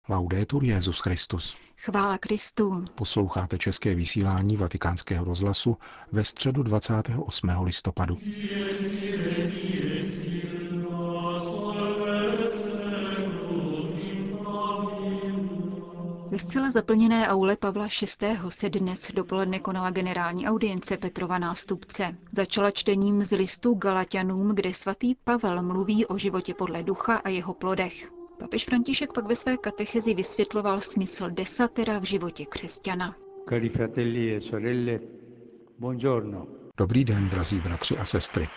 Laudetur Jesus Christus. Chvála Kristu. Posloucháte české vysílání Vatikánského rozhlasu ve středu 28. listopadu. Ve zcela zaplněné aule Pavla VI. Se dnes dopoledne konala generální audience Petrova nástupce. Začala čtením z listu Galatianům, kde svatý Pavel mluví o životě podle ducha a jeho plodech. Papež František pak ve své katechezi vysvětloval smysl desatera v životě křesťana. Cari fratelli e sorelle, buongiorno. Dobrý den, drazí bratři a sestry.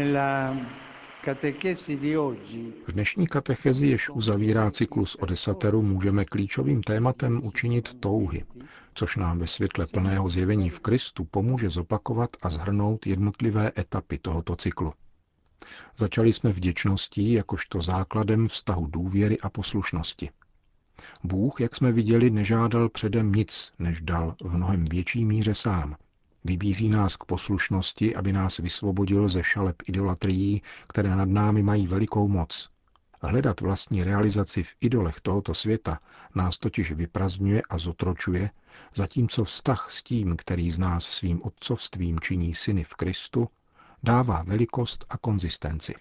V dnešní katechezi, jež uzavírá cyklus o desateru, můžeme klíčovým tématem učinit touhy, což nám ve světle plného zjevení v Kristu pomůže zopakovat a shrnout jednotlivé etapy tohoto cyklu. Začali jsme vděčností jakožto základem vztahu důvěry a poslušnosti. Bůh, jak jsme viděli, nežádal předem nic, než dal v mnohem větší míře sám. Vybízí nás k poslušnosti, aby nás vysvobodil ze šaleb idolatrií, které nad námi mají velikou moc. Hledat vlastní realizaci v idolech tohoto světa nás totiž vyprazdňuje a zotročuje, zatímco vztah s tím, který z nás svým otcovstvím činí syny v Kristu, dává velikost a konzistenci.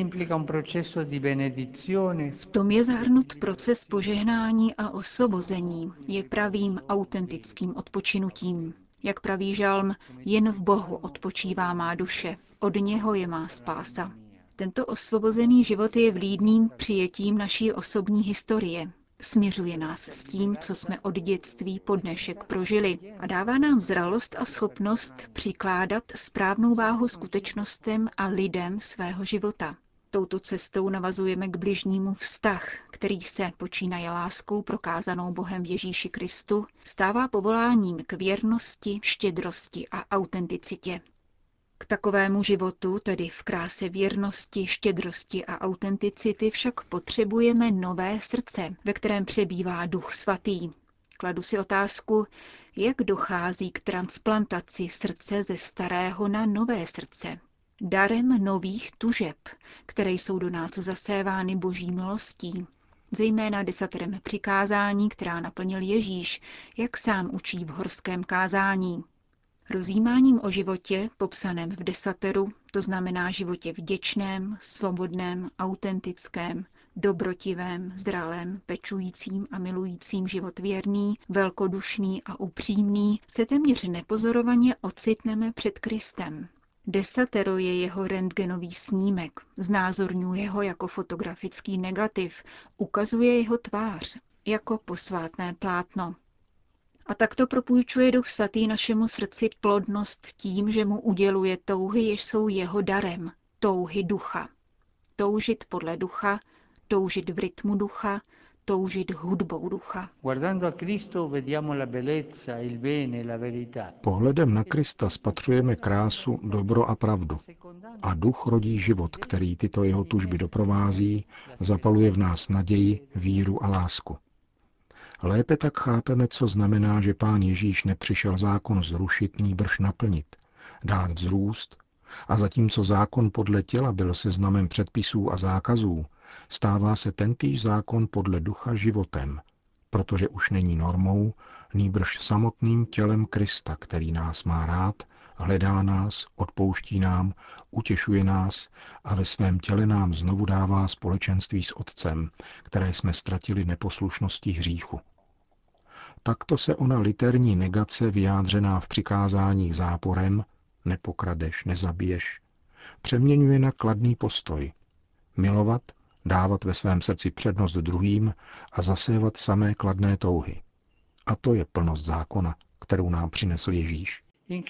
V tom je zahrnut proces požehnání a osvobození, je pravým autentickým odpočinutím. Jak praví žalm, jen v Bohu odpočívá má duše, od něho je má spása. Tento osvobozený život je vlídným přijetím naší osobní historie. Smiřuje nás s tím, co jsme od dětství po dnešek prožili a dává nám zralost a schopnost přikládat správnou váhu skutečnostem a lidem svého života. Touto cestou navazujeme k bližnímu vztah, který se, počínaje láskou prokázanou Bohem Ježíši Kristu, stává povoláním k věrnosti, štědrosti a autenticitě. K takovému životu, tedy v kráse věrnosti, štědrosti a autenticity, však potřebujeme nové srdce, ve kterém přebývá Duch Svatý. Kladu si otázku, jak dochází k transplantaci srdce ze starého na nové srdce. Darem nových tužeb, které jsou do nás zasévány Boží milostí, zejména desaterem přikázání, která naplnil Ježíš, jak sám učí v horském kázání. Rozjímáním o životě, popsaném v desateru, to znamená životě vděčném, svobodném, autentickém, dobrotivém, zralém, pečujícím a milujícím život věrný, velkodušný a upřímný, se téměř nepozorovaně ocitneme před Kristem. Desatero je jeho rentgenový snímek, znázorňuje ho jako fotografický negativ, ukazuje jeho tvář jako posvátné plátno. A takto propůjčuje Duch Svatý našemu srdci plodnost tím, že mu uděluje touhy, jež jsou jeho darem, touhy ducha. Toužit podle ducha, toužit v rytmu ducha, toužit hudbou ducha. Pohledem na Krista spatřujeme krásu, dobro a pravdu. A duch rodí život, který tyto jeho tužby doprovází, zapaluje v nás naději, víru a lásku. Lépe tak chápeme, co znamená, že Pán Ježíš nepřišel zákon zrušit, nýbrž naplnit, dát vzrůst, a zatímco zákon podle těla byl seznamem předpisů a zákazů, stává se tentýž zákon podle ducha životem, protože už není normou, nýbrž samotným tělem Krista, který nás má rád, hledá nás, odpouští nám, utěšuje nás a ve svém těle nám znovu dává společenství s Otcem, které jsme ztratili neposlušností hříchu. Takto se ona literní negace vyjádřená v přikázáních záporem nepokradeš, nezabiješ, přeměňuje na kladný postoj. Milovat, dávat ve svém srdci přednost druhým a zasévat samé kladné touhy. A to je plnost zákona, kterou nám přinesl Ježíš.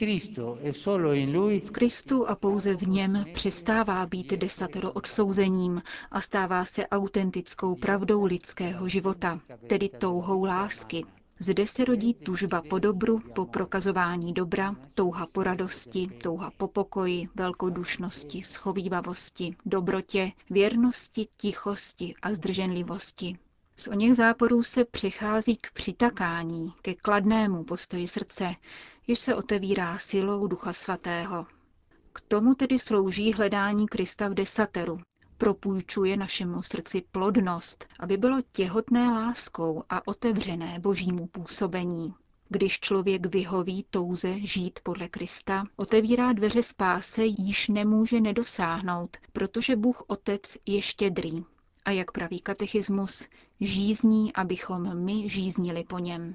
V Kristu a pouze v něm přestává být desatero odsouzením a stává se autentickou pravdou lidského života, tedy touhou lásky. Zde se rodí tužba po dobru, po prokazování dobra, touha po radosti, touha po pokoji, velkodušnosti, schovívavosti, dobrotě, věrnosti, tichosti a zdrženlivosti. Z oněch záporů se přechází k přitakání, ke kladnému postoji srdce, jež se otevírá silou Ducha Svatého. K tomu tedy slouží hledání Krista v desateru, Propůjčuje našemu srdci plodnost, aby bylo těhotné láskou a otevřené božímu působení. Když člověk vyhoví touze žít podle Krista, otevírá dveře spáse, již nemůže nedosáhnout, protože Bůh Otec je štědrý. A jak praví katechismus, žízní, abychom my žíznili po něm.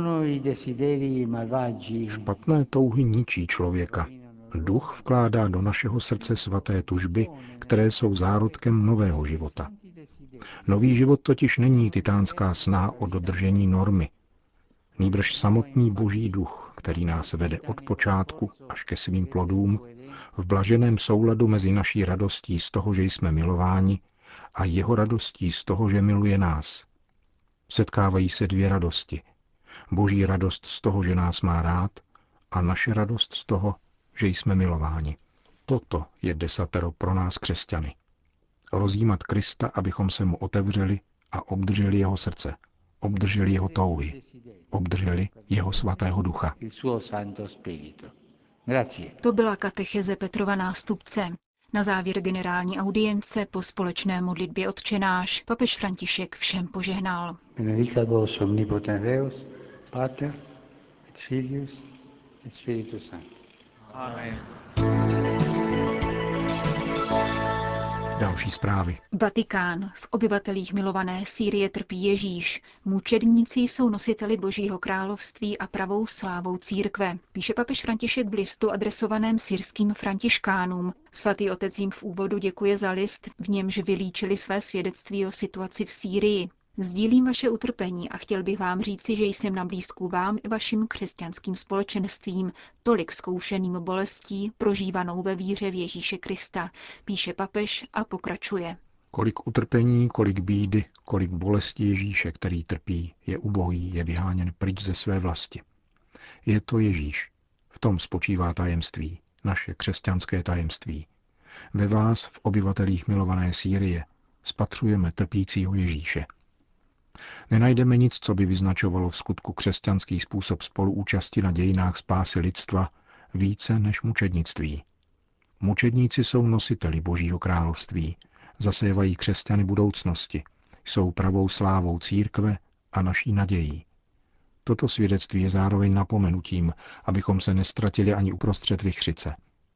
Špatné touhy ničí člověka. Duch vkládá do našeho srdce svaté tužby, které jsou zárodkem nového života. Nový život totiž není titánská snaha o dodržení normy, nýbrž samotný boží duch, který nás vede od počátku až ke svým plodům, v blaženém souladu mezi naší radostí z toho, že jsme milováni, a jeho radostí z toho, že miluje nás. Setkávají se dvě radosti. Boží radost z toho, že nás má rád, a naše radost z toho, že jsme milováni. Toto je desatero pro nás křesťany. Rozjímat Krista, abychom se mu otevřeli a obdrželi jeho srdce, obdrželi jeho touhy, obdrželi jeho svatého ducha. To byla katecheze Petrova nástupce. Na závěr generální audience po společné modlitbě Otčenáš papež František všem požehnal. Benedicat vos omnipotens Deus, Pater et Filius et Spiritus Sanctus. Amen. Další zprávy. Vatikán. V obyvatelích milované Sýrie trpí Ježíš. Mučedníci jsou nositeli Božího království a pravou slávou církve, píše papež František v listu adresovaném syrským františkánům. Svatý otec jim v úvodu děkuje za list, v němž vylíčili své svědectví o situaci v Sýrii. Sdílím vaše utrpení a chtěl bych vám říci, že jsem na blízku vám i vašim křesťanským společenstvím, tolik zkoušeným bolestí, prožívanou ve víře v Ježíše Krista, píše papež a pokračuje. Kolik utrpení, kolik bídy, kolik bolesti Ježíše, který trpí, je ubohý, je vyháněn pryč ze své vlasti. Je to Ježíš. V tom spočívá tajemství, naše křesťanské tajemství. Ve vás, v obyvatelích milované Sýrie, spatřujeme trpícího Ježíše. Nenajdeme nic, co by vyznačovalo v skutku křesťanský způsob spoluúčasti na dějinách spásy lidstva více než mučednictví. Mučedníci jsou nositeli Božího království, zasévají křesťany budoucnosti, jsou pravou slávou církve a naší nadějí. Toto svědectví je zároveň napomenutím, abychom se nestratili ani uprostřed vichřice.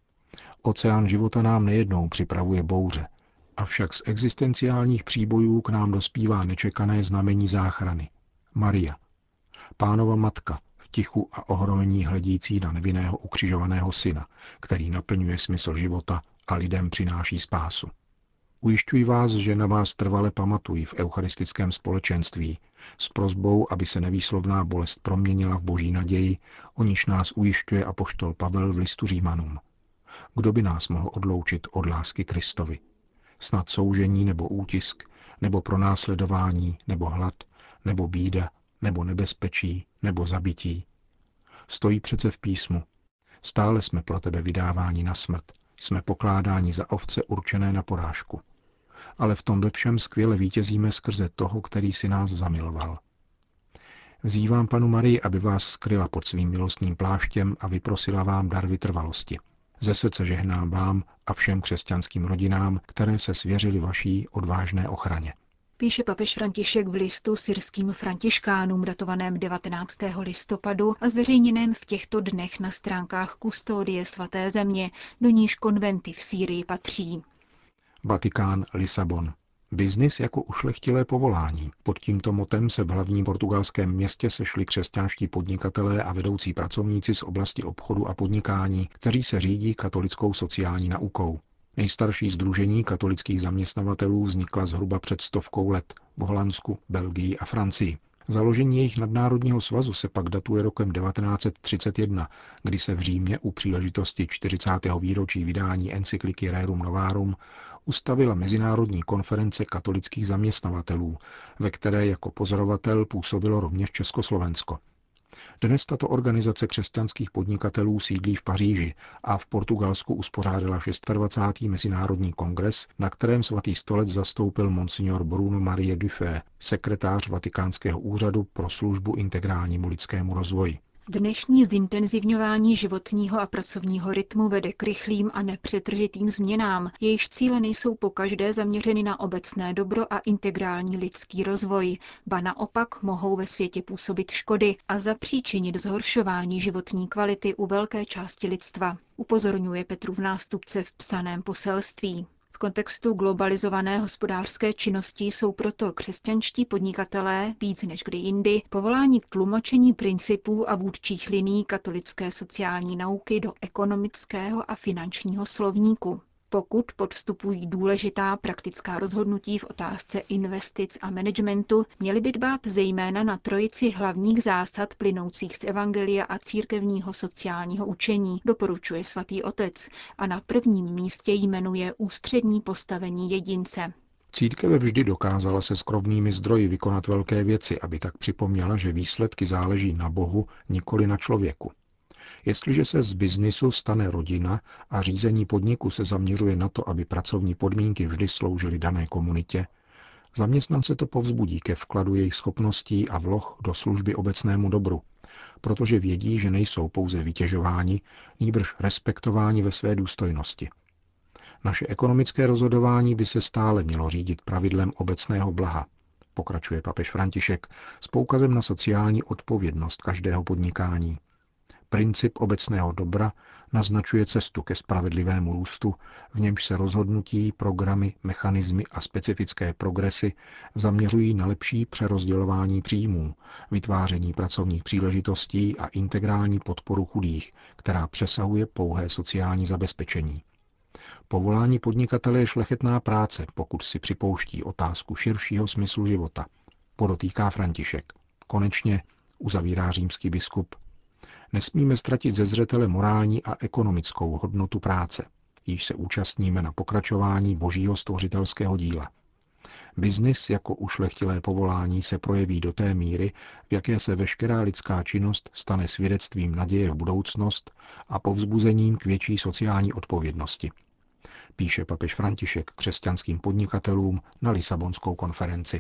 Oceán života nám nejednou připravuje bouře, avšak z existenciálních příbojů k nám dospívá nečekané znamení záchrany. Maria, Pánova matka, v tichu a ohromení hledící na nevinného ukřižovaného syna, který naplňuje smysl života a lidem přináší spásu. Ujišťuji vás, že na vás trvale pamatuji v eucharistickém společenství s prosbou, aby se nevýslovná bolest proměnila v boží naději, o níž nás ujišťuje apoštol Pavel v listu Římanům. Kdo by nás mohl odloučit od lásky Kristovi? Snad soužení nebo útisk, nebo pronásledování, nebo hlad, nebo bída, nebo nebezpečí, nebo zabití. Stojí přece v písmu. Stále jsme pro tebe vydáváni na smrt, jsme pokládáni za ovce určené na porážku. Ale v tom ve všem skvěle vítězíme skrze toho, který si nás zamiloval. Vzývám panu Marii, aby vás skryla pod svým milostným pláštěm a vyprosila vám dar vytrvalosti. Ze srdce žehnám vám a všem křesťanským rodinám, které se svěřily vaší odvážné ochraně. Píše papež František v listu syrským františkánům datovaném 19. listopadu a zveřejněném v těchto dnech na stránkách Kustodie svaté země, do níž konventy v Sýrii patří. Vatikán, Lisabon. Biznis jako ušlechtilé povolání. Pod tímto motem se v hlavním portugalském městě sešli křesťanští podnikatelé a vedoucí pracovníci z oblasti obchodu a podnikání, kteří se řídí katolickou sociální naukou. Nejstarší sdružení katolických zaměstnavatelů vznikla zhruba před 100 let v Holandsku, Belgii a Francii. Založení jejich nadnárodního svazu se pak datuje rokem 1931, kdy se v Římě u příležitosti 40. výročí vydání encykliky Rerum Novarum ustavila mezinárodní konference katolických zaměstnavatelů, ve které jako pozorovatel působilo rovněž Československo. Dnes tato organizace křesťanských podnikatelů sídlí v Paříži a v Portugalsku uspořádala 26. mezinárodní kongres, na kterém svatý stolec zastoupil monsignor Bruno Marie Dufay, sekretář Vatikánského úřadu pro službu integrálnímu lidskému rozvoji. Dnešní zintenzivňování životního a pracovního rytmu vede k rychlým a nepřetržitým změnám, jejichž cíle nejsou pokaždé zaměřeny na obecné dobro a integrální lidský rozvoj, ba naopak mohou ve světě působit škody a zapříčinit zhoršování životní kvality u velké části lidstva, upozorňuje Petrův nástupce v psaném poselství. V kontextu globalizované hospodářské činnosti jsou proto křesťanští podnikatelé víc než kdy jindy povoláni k tlumočení principů a vůdčích linií katolické sociální nauky do ekonomického a finančního slovníku. Pokud podstupují důležitá praktická rozhodnutí v otázce investic a managementu, měli by dbát zejména na trojici hlavních zásad plynoucích z evangelia a církevního sociálního učení, doporučuje svatý otec, a na prvním místě jmenuje ústřední postavení jedince. Církev vždy dokázala se skromnými zdroji vykonat velké věci, aby tak připomněla, že výsledky záleží na Bohu, nikoli na člověku. Jestliže se z biznisu stane rodina a řízení podniku se zaměřuje na to, aby pracovní podmínky vždy sloužily dané komunitě, zaměstnance to povzbudí ke vkladu jejich schopností a vloh do služby obecnému dobru, protože vědí, že nejsou pouze vytěžováni, nýbrž respektováni ve své důstojnosti. Naše ekonomické rozhodování by se stále mělo řídit pravidlem obecného blaha, pokračuje papež František s poukazem na sociální odpovědnost každého podnikání. Princip obecného dobra naznačuje cestu ke spravedlivému růstu, v němž se rozhodnutí, programy, mechanismy a specifické progresy zaměřují na lepší přerozdělování příjmů, vytváření pracovních příležitostí a integrální podporu chudých, která přesahuje pouhé sociální zabezpečení. Povolání podnikatele je šlechetná práce, pokud si připouští otázku širšího smyslu života, podotýká František. Konečně, uzavírá římský biskup, nesmíme ztratit ze zřetele morální a ekonomickou hodnotu práce, již se účastníme na pokračování božího stvořitelského díla. Biznis jako ušlechtilé povolání se projeví do té míry, v jaké se veškerá lidská činnost stane svědectvím naděje v budoucnost a povzbuzením k větší sociální odpovědnosti, píše papež František křesťanským podnikatelům na Lisabonskou konferenci.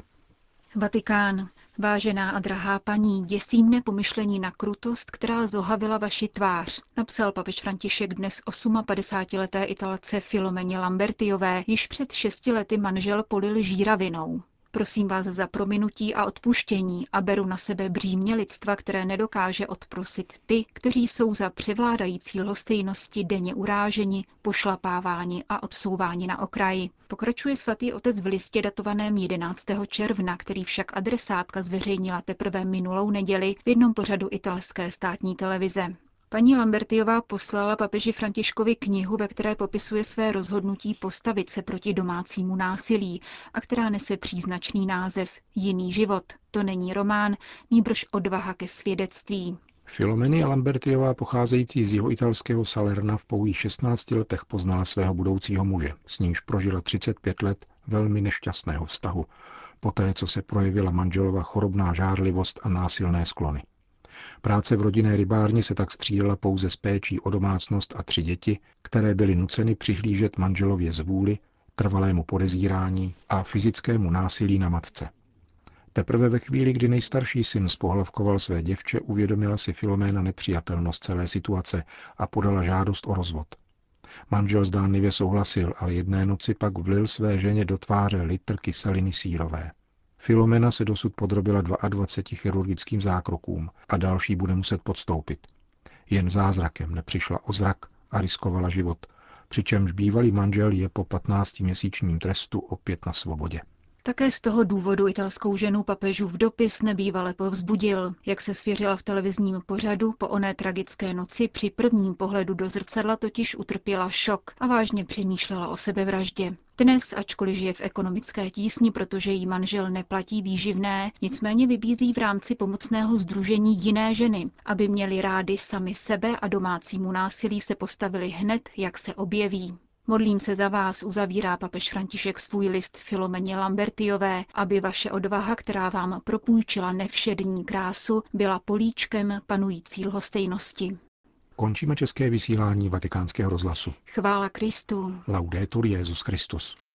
Vatikán. Vážená a drahá paní, děsí mne pomyšlení na krutost, která zohavila vaši tvář, napsal papež František dnes 58leté Italce Filomeně Lambertiové, již před 6 lety manžel polil žíravinou. Prosím vás za prominutí a odpuštění a beru na sebe břímě lidstva, které nedokáže odprosit ty, kteří jsou za převládající lhostejnosti denně uráženi, pošlapáváni a odsouváni na okraji. Pokračuje svatý otec v listě datovaném 11. června, který však adresátka zveřejnila teprve minulou neděli v jednom pořadu italské státní televize. Paní Lambertiová poslala papeži Františkovi knihu, ve které popisuje své rozhodnutí postavit se proti domácímu násilí a která nese příznačný název Jiný život. To není román, nýbrž odvaha ke svědectví. Filomenia Lambertiová, pocházející z jihoitalského Salerna, v pouhých 16 letech poznala svého budoucího muže, s nímž prožila 35 let velmi nešťastného vztahu, poté co se projevila manželova chorobná žárlivost a násilné sklony. Práce v rodinné rybárně se tak střídala pouze s péčí o domácnost a 3 děti, které byly nuceny přihlížet manželově zvůli, trvalému podezírání a fyzickému násilí na matce. Teprve ve chvíli, kdy nejstarší syn zpohlavkoval své děvče, uvědomila si Filoména nepřijatelnost celé situace a podala žádost o rozvod. Manžel zdánlivě souhlasil, ale jedné noci pak vlil své ženě do tváře litr kyseliny sýrové. Filomena se dosud podrobila 22 chirurgickým zákrokům a další bude muset podstoupit. Jen zázrakem nepřišla o zrak a riskovala život, přičemž bývalý manžel je po 15měsíčním trestu opět na svobodě. Také z toho důvodu italskou ženu papežův dopis nebývale povzbudil. Jak se svěřila v televizním pořadu, po oné tragické noci při prvním pohledu do zrcadla totiž utrpěla šok a vážně přemýšlela o sebevraždě. Dnes, ačkoliv žije v ekonomické tísni, protože jí manžel neplatí výživné, nicméně vybízí v rámci pomocného sdružení jiné ženy, aby měly rády sami sebe a domácímu násilí se postavili hned, jak se objeví. Modlím se za vás, uzavírá papež František svůj list Filomeně Lambertiové, aby vaše odvaha, která vám propůjčila nevšední krásu, byla políčkem panující lhostejnosti. Končíme české vysílání Vatikánského rozhlasu. Chvála Kristu. Laudetur Jesus Christus.